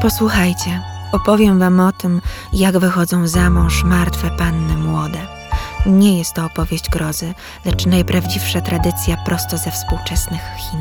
Posłuchajcie, opowiem wam o tym, jak wychodzą za mąż martwe panny młode. Nie jest to opowieść grozy, lecz najprawdziwsza tradycja prosto ze współczesnych Chin.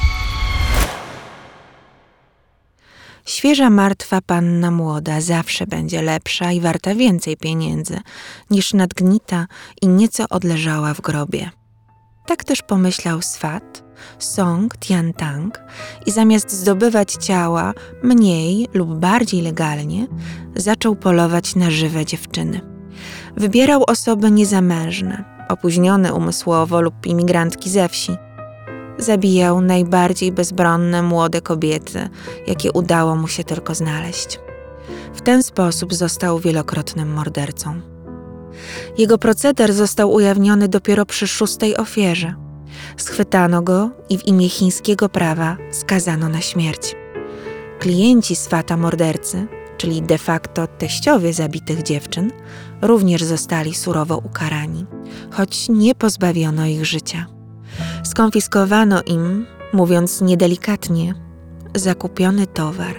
Świeża martwa panna młoda zawsze będzie lepsza i warta więcej pieniędzy niż nadgnita i nieco odleżała w grobie. Tak też pomyślał swat Song Tiantang i zamiast zdobywać ciała mniej lub bardziej legalnie, zaczął polować na żywe dziewczyny. Wybierał osoby niezamężne, opóźnione umysłowo lub imigrantki ze wsi. Zabijał najbardziej bezbronne młode kobiety, jakie udało mu się tylko znaleźć. W ten sposób został wielokrotnym mordercą. Jego proceder został ujawniony dopiero przy 6. ofierze. Schwytano go i w imię chińskiego prawa skazano na śmierć. Klienci swata mordercy, czyli de facto teściowie zabitych dziewczyn, również zostali surowo ukarani, choć nie pozbawiono ich życia. Skonfiskowano im, mówiąc niedelikatnie, zakupiony towar.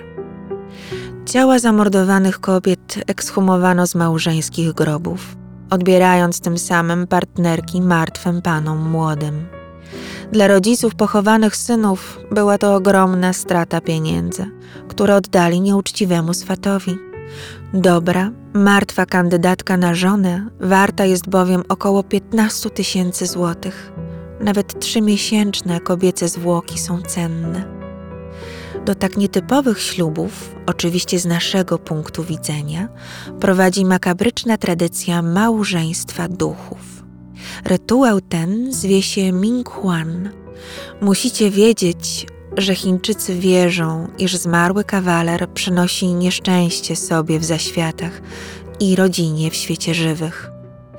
Ciała zamordowanych kobiet ekshumowano z małżeńskich grobów, odbierając tym samym partnerki martwym panom młodym. Dla rodziców pochowanych synów była to ogromna strata pieniędzy, które oddali nieuczciwemu swatowi. Dobra, martwa kandydatka na żonę warta jest bowiem około 15 000 złotych. Nawet 3-miesięczne kobiece zwłoki są cenne. Do tak nietypowych ślubów, oczywiście z naszego punktu widzenia, prowadzi makabryczna tradycja małżeństwa duchów. Rytuał ten zwie się Minghuan. Musicie wiedzieć, że Chińczycy wierzą, iż zmarły kawaler przynosi nieszczęście sobie w zaświatach i rodzinie w świecie żywych.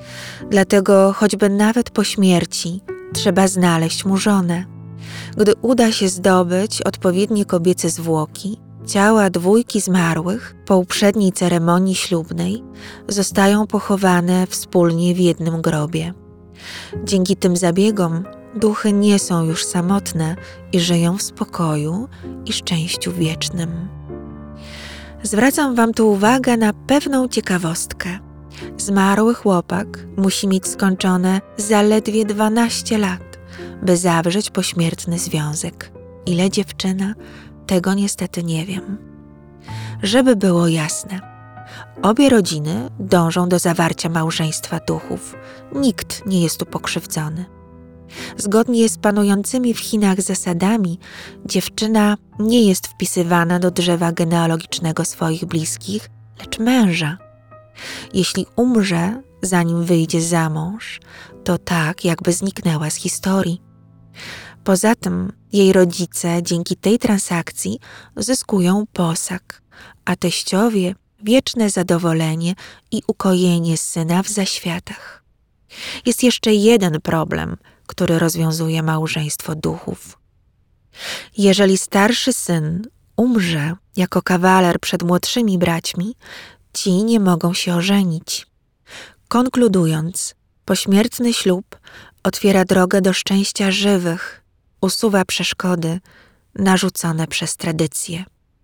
Dlatego choćby nawet po śmierci trzeba znaleźć mu żonę. Gdy uda się zdobyć odpowiednie kobiece zwłoki, ciała 2 zmarłych po uprzedniej ceremonii ślubnej zostają pochowane wspólnie w jednym grobie. Dzięki tym zabiegom duchy nie są już samotne i żyją w spokoju i szczęściu wiecznym. Zwracam wam tu uwagę na pewną ciekawostkę. Zmarły chłopak musi mieć skończone zaledwie 12 lat, by zawrzeć pośmiertny związek. Ile dziewczyna? Tego niestety nie wiem. Żeby było jasne, obie rodziny dążą do zawarcia małżeństwa duchów. Nikt nie jest tu pokrzywdzony. Zgodnie z panującymi w Chinach zasadami, dziewczyna nie jest wpisywana do drzewa genealogicznego swoich bliskich, lecz męża. Jeśli umrze, zanim wyjdzie za mąż, to tak, jakby zniknęła z historii. Poza tym jej rodzice dzięki tej transakcji zyskują posag, a teściowie wieczne zadowolenie i ukojenie syna w zaświatach. Jest jeszcze jeden problem, który rozwiązuje małżeństwo duchów. Jeżeli starszy syn umrze jako kawaler przed młodszymi braćmi, ci nie mogą się ożenić. Konkludując, pośmiertny ślub otwiera drogę do szczęścia żywych, usuwa przeszkody narzucone przez tradycję.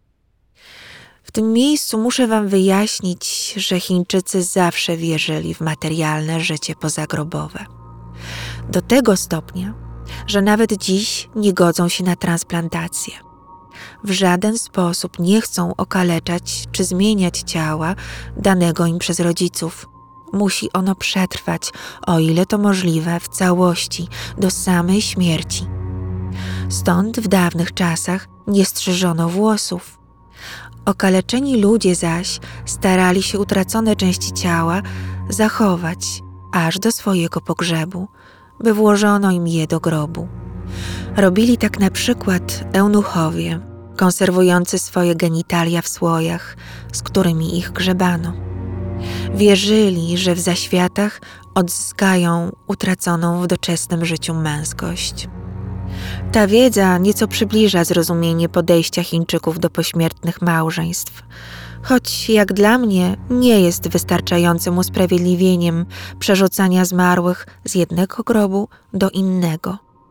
W tym miejscu muszę wam wyjaśnić, że Chińczycy zawsze wierzyli w materialne życie pozagrobowe. Do tego stopnia, że nawet dziś nie godzą się na transplantację. W żaden sposób nie chcą okaleczać czy zmieniać ciała danego im przez rodziców. Musi ono przetrwać, o ile to możliwe, w całości, do samej śmierci. Stąd w dawnych czasach nie strzyżono włosów. Okaleczeni ludzie zaś starali się utracone części ciała zachować aż do swojego pogrzebu, by włożono im je do grobu. Robili tak na przykład eunuchowie, konserwujący swoje genitalia w słojach, z którymi ich grzebano. Wierzyli, że w zaświatach odzyskają utraconą w doczesnym życiu męskość. Ta wiedza nieco przybliża zrozumienie podejścia Chińczyków do pośmiertnych małżeństw, choć jak dla mnie nie jest wystarczającym usprawiedliwieniem przerzucania zmarłych z jednego grobu do innego.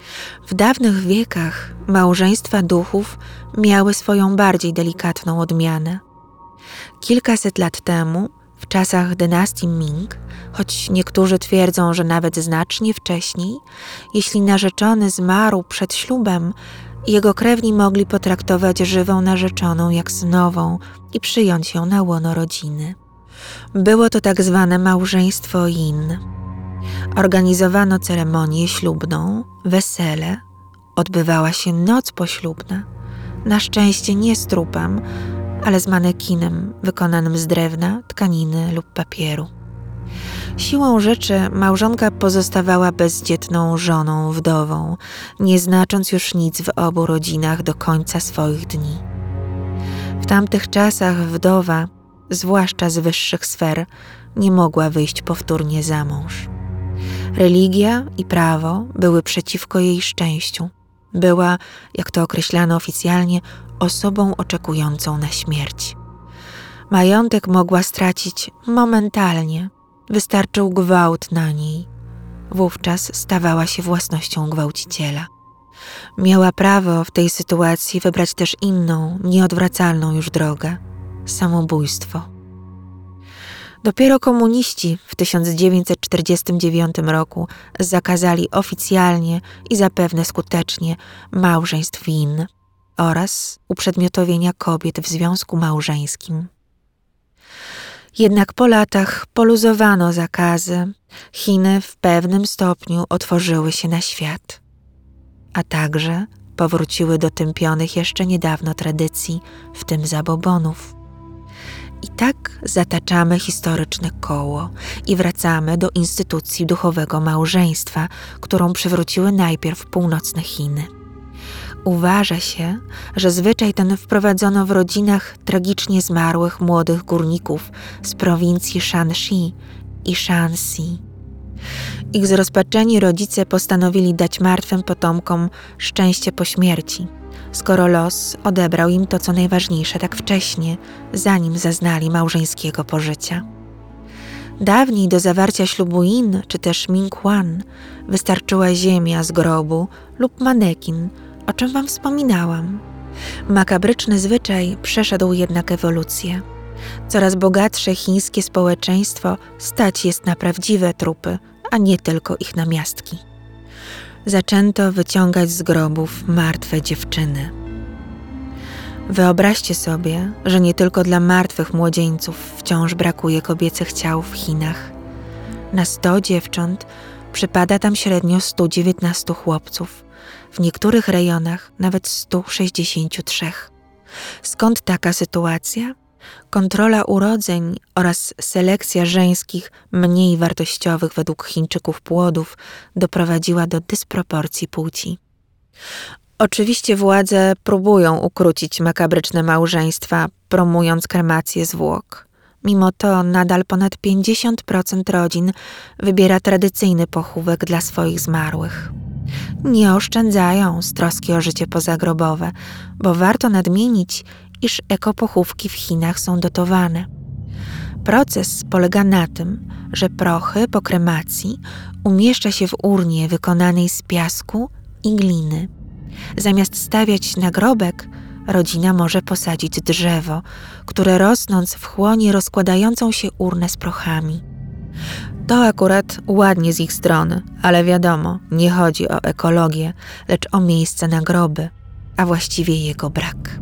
W dawnych wiekach małżeństwa duchów miały swoją bardziej delikatną odmianę. Kilkaset lat temu, w czasach dynastii Ming, choć niektórzy twierdzą, że nawet znacznie wcześniej, jeśli narzeczony zmarł przed ślubem, jego krewni mogli potraktować żywą narzeczoną jak synową i przyjąć ją na łono rodziny. Było to tak zwane małżeństwo Yin. Organizowano ceremonię ślubną, wesele, odbywała się noc poślubna, na szczęście nie z trupem, ale z manekinem wykonanym z drewna, tkaniny lub papieru. Siłą rzeczy małżonka pozostawała bezdzietną żoną wdową, nie znacząc już nic w obu rodzinach do końca swoich dni. W tamtych czasach wdowa, zwłaszcza z wyższych sfer, nie mogła wyjść powtórnie za mąż. Religia i prawo były przeciwko jej szczęściu. Była, jak to określano oficjalnie, osobą oczekującą na śmierć. Majątek mogła stracić momentalnie, wystarczył gwałt na niej. Wówczas stawała się własnością gwałciciela. Miała prawo w tej sytuacji wybrać też inną, nieodwracalną już drogę – samobójstwo. Dopiero komuniści w 1949 roku zakazali oficjalnie i zapewne skutecznie małżeństw Yin oraz uprzedmiotowienia kobiet w związku małżeńskim. Jednak po latach poluzowano zakazy, Chiny w pewnym stopniu otworzyły się na świat, a także powróciły do tępionych jeszcze niedawno tradycji, w tym zabobonów. I tak zataczamy historyczne koło i wracamy do instytucji duchowego małżeństwa, którą przywróciły najpierw północne Chiny. Uważa się, że zwyczaj ten wprowadzono w rodzinach tragicznie zmarłych młodych górników z prowincji Shanxi i Shanxi. Ich zrozpaczeni rodzice postanowili dać martwym potomkom szczęście po śmierci, skoro los odebrał im to, co najważniejsze tak wcześnie, zanim zaznali małżeńskiego pożycia. Dawniej do zawarcia ślubu Yin czy też Minghuan wystarczyła ziemia z grobu lub manekin, o czym wam wspominałam. Makabryczny zwyczaj przeszedł jednak ewolucję. Coraz bogatsze chińskie społeczeństwo stać jest na prawdziwe trupy, a nie tylko ich namiastki. Zaczęto wyciągać z grobów martwe dziewczyny. Wyobraźcie sobie, że nie tylko dla martwych młodzieńców wciąż brakuje kobiecych ciał w Chinach. Na 100 dziewcząt przypada tam średnio 119 chłopców, w niektórych rejonach nawet 163. Skąd taka sytuacja? Kontrola urodzeń oraz selekcja żeńskich, mniej wartościowych według Chińczyków płodów doprowadziła do dysproporcji płci. Oczywiście władze próbują ukrócić makabryczne małżeństwa, promując kremację zwłok. Mimo to nadal ponad 50% rodzin wybiera tradycyjny pochówek dla swoich zmarłych. Nie oszczędzają z troski o życie pozagrobowe, bo warto nadmienić, iż ekopochówki w Chinach są dotowane. Proces polega na tym, że prochy po kremacji umieszcza się w urnie wykonanej z piasku i gliny. Zamiast stawiać nagrobek, rodzina może posadzić drzewo, które rosnąc wchłonie rozkładającą się urnę z prochami. To akurat ładnie z ich strony, ale wiadomo, nie chodzi o ekologię, lecz o miejsce na groby, a właściwie jego brak.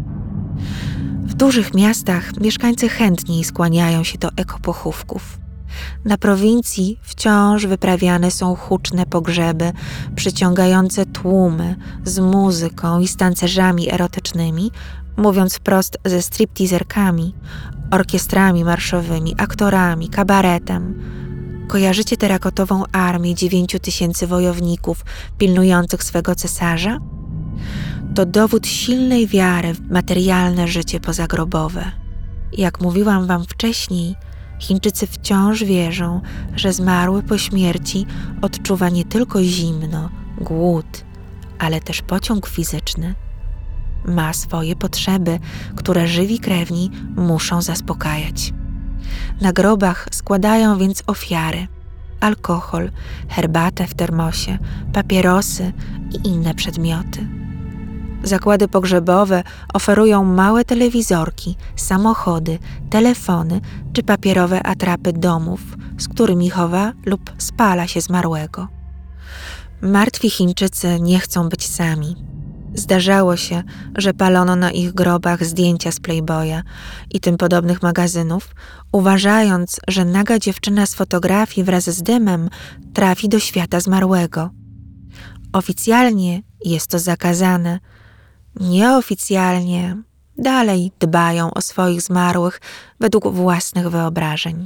W dużych miastach mieszkańcy chętniej skłaniają się do ekopochówków. Na prowincji wciąż wyprawiane są huczne pogrzeby, przyciągające tłumy z muzyką i z tancerzami erotycznymi, mówiąc wprost ze stripteaserkami, orkiestrami marszowymi, aktorami, kabaretem. Kojarzycie terakotową armię 9000 wojowników pilnujących swego cesarza? To dowód silnej wiary w materialne życie pozagrobowe. Jak mówiłam wam wcześniej, Chińczycy wciąż wierzą, że zmarły po śmierci odczuwa nie tylko zimno, głód, ale też pociąg fizyczny. Ma swoje potrzeby, które żywi krewni muszą zaspokajać. Na grobach składają więc ofiary. alkohol, herbatę w termosie, papierosy i inne przedmioty. Zakłady pogrzebowe oferują małe telewizorki, samochody, telefony czy papierowe atrapy domów, z którymi chowa lub spala się zmarłego. Martwi Chińczycy nie chcą być sami. Zdarzało się, że palono na ich grobach zdjęcia z Playboya i tym podobnych magazynów, uważając, że naga dziewczyna z fotografii wraz z dymem trafi do świata zmarłego. Oficjalnie jest to zakazane. Nieoficjalnie dalej dbają o swoich zmarłych według własnych wyobrażeń.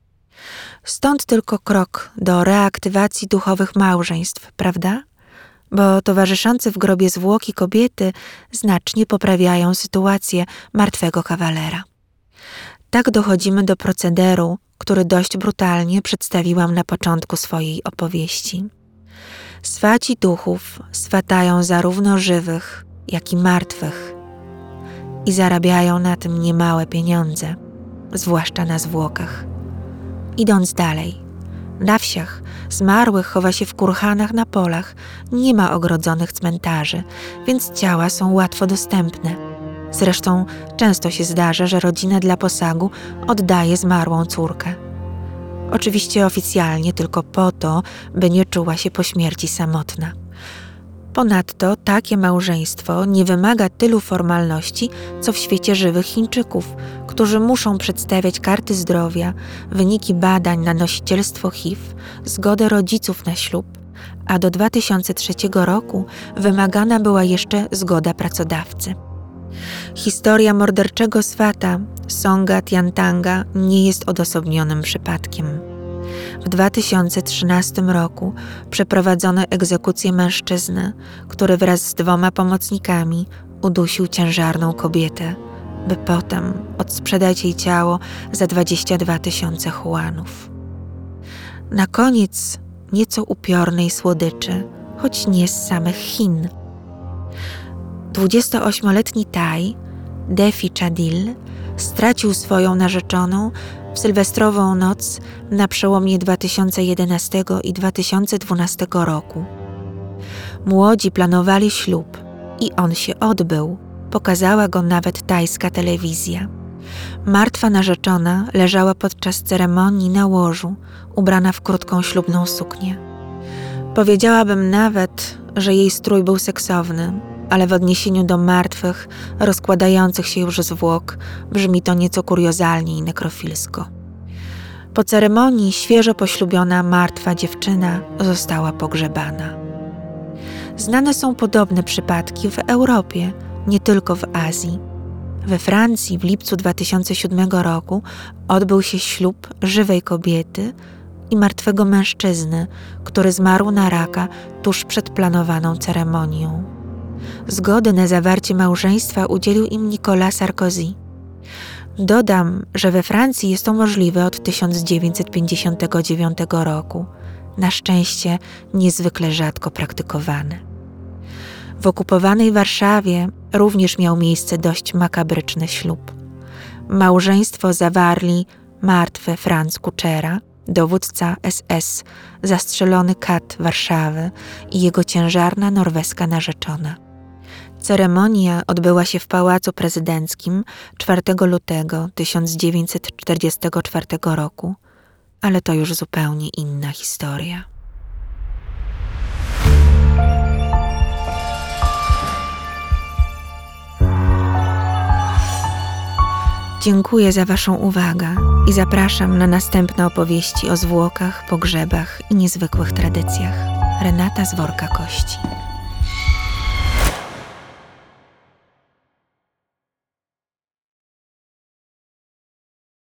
Stąd tylko krok do reaktywacji duchowych małżeństw, prawda? Bo towarzyszące w grobie zwłoki kobiety znacznie poprawiają sytuację martwego kawalera. Tak dochodzimy do procederu, który dość brutalnie przedstawiłam na początku swojej opowieści. Swaci duchów swatają zarówno żywych, jak i martwych i zarabiają na tym niemałe pieniądze, zwłaszcza na zwłokach. Idąc dalej, na wsiach zmarłych chowa się w kurhanach na polach, nie ma ogrodzonych cmentarzy, więc ciała są łatwo dostępne. Zresztą często się zdarza, że rodzina dla posagu oddaje zmarłą córkę. Oczywiście oficjalnie tylko po to, by nie czuła się po śmierci samotna. Ponadto takie małżeństwo nie wymaga tylu formalności, co w świecie żywych Chińczyków, którzy muszą przedstawiać karty zdrowia, wyniki badań na nosicielstwo HIV, zgodę rodziców na ślub, a do 2003 roku wymagana była jeszcze zgoda pracodawcy. Historia morderczego swata Songa Tiantanga nie jest odosobnionym przypadkiem. W 2013 roku przeprowadzono egzekucję mężczyzny, który wraz z 2 pomocnikami udusił ciężarną kobietę, by potem odsprzedać jej ciało za 22 000 juanów. Na koniec nieco upiornej słodyczy, choć nie z samych Chin. 28-letni Taj, Defi Chadil, stracił swoją narzeczoną w sylwestrową noc na przełomie 2011 i 2012 roku. Młodzi planowali ślub i on się odbył. Pokazała go nawet tajska telewizja. Martwa narzeczona leżała podczas ceremonii na łożu, ubrana w krótką ślubną suknię. Powiedziałabym nawet, że jej strój był seksowny, ale w odniesieniu do martwych, rozkładających się już zwłok, brzmi to nieco kuriozalnie i nekrofilsko. Po ceremonii świeżo poślubiona martwa dziewczyna została pogrzebana. Znane są podobne przypadki w Europie, nie tylko w Azji. We Francji w lipcu 2007 roku odbył się ślub żywej kobiety i martwego mężczyzny, który zmarł na raka tuż przed planowaną ceremonią. Zgody na zawarcie małżeństwa udzielił im Nicolas Sarkozy. Dodam, że we Francji jest to możliwe od 1959 roku. Na szczęście niezwykle rzadko praktykowane. W okupowanej Warszawie również miał miejsce dość makabryczny ślub. Małżeństwo zawarli martwy Franz Kuczera, dowódca SS, zastrzelony kat Warszawy i jego ciężarna norweska narzeczona. Ceremonia odbyła się w Pałacu Prezydenckim 4 lutego 1944 roku, ale to już zupełnie inna historia. Dziękuję za Waszą uwagę i zapraszam na następne opowieści o zwłokach, pogrzebach i niezwykłych tradycjach. Renata z Worka Kości.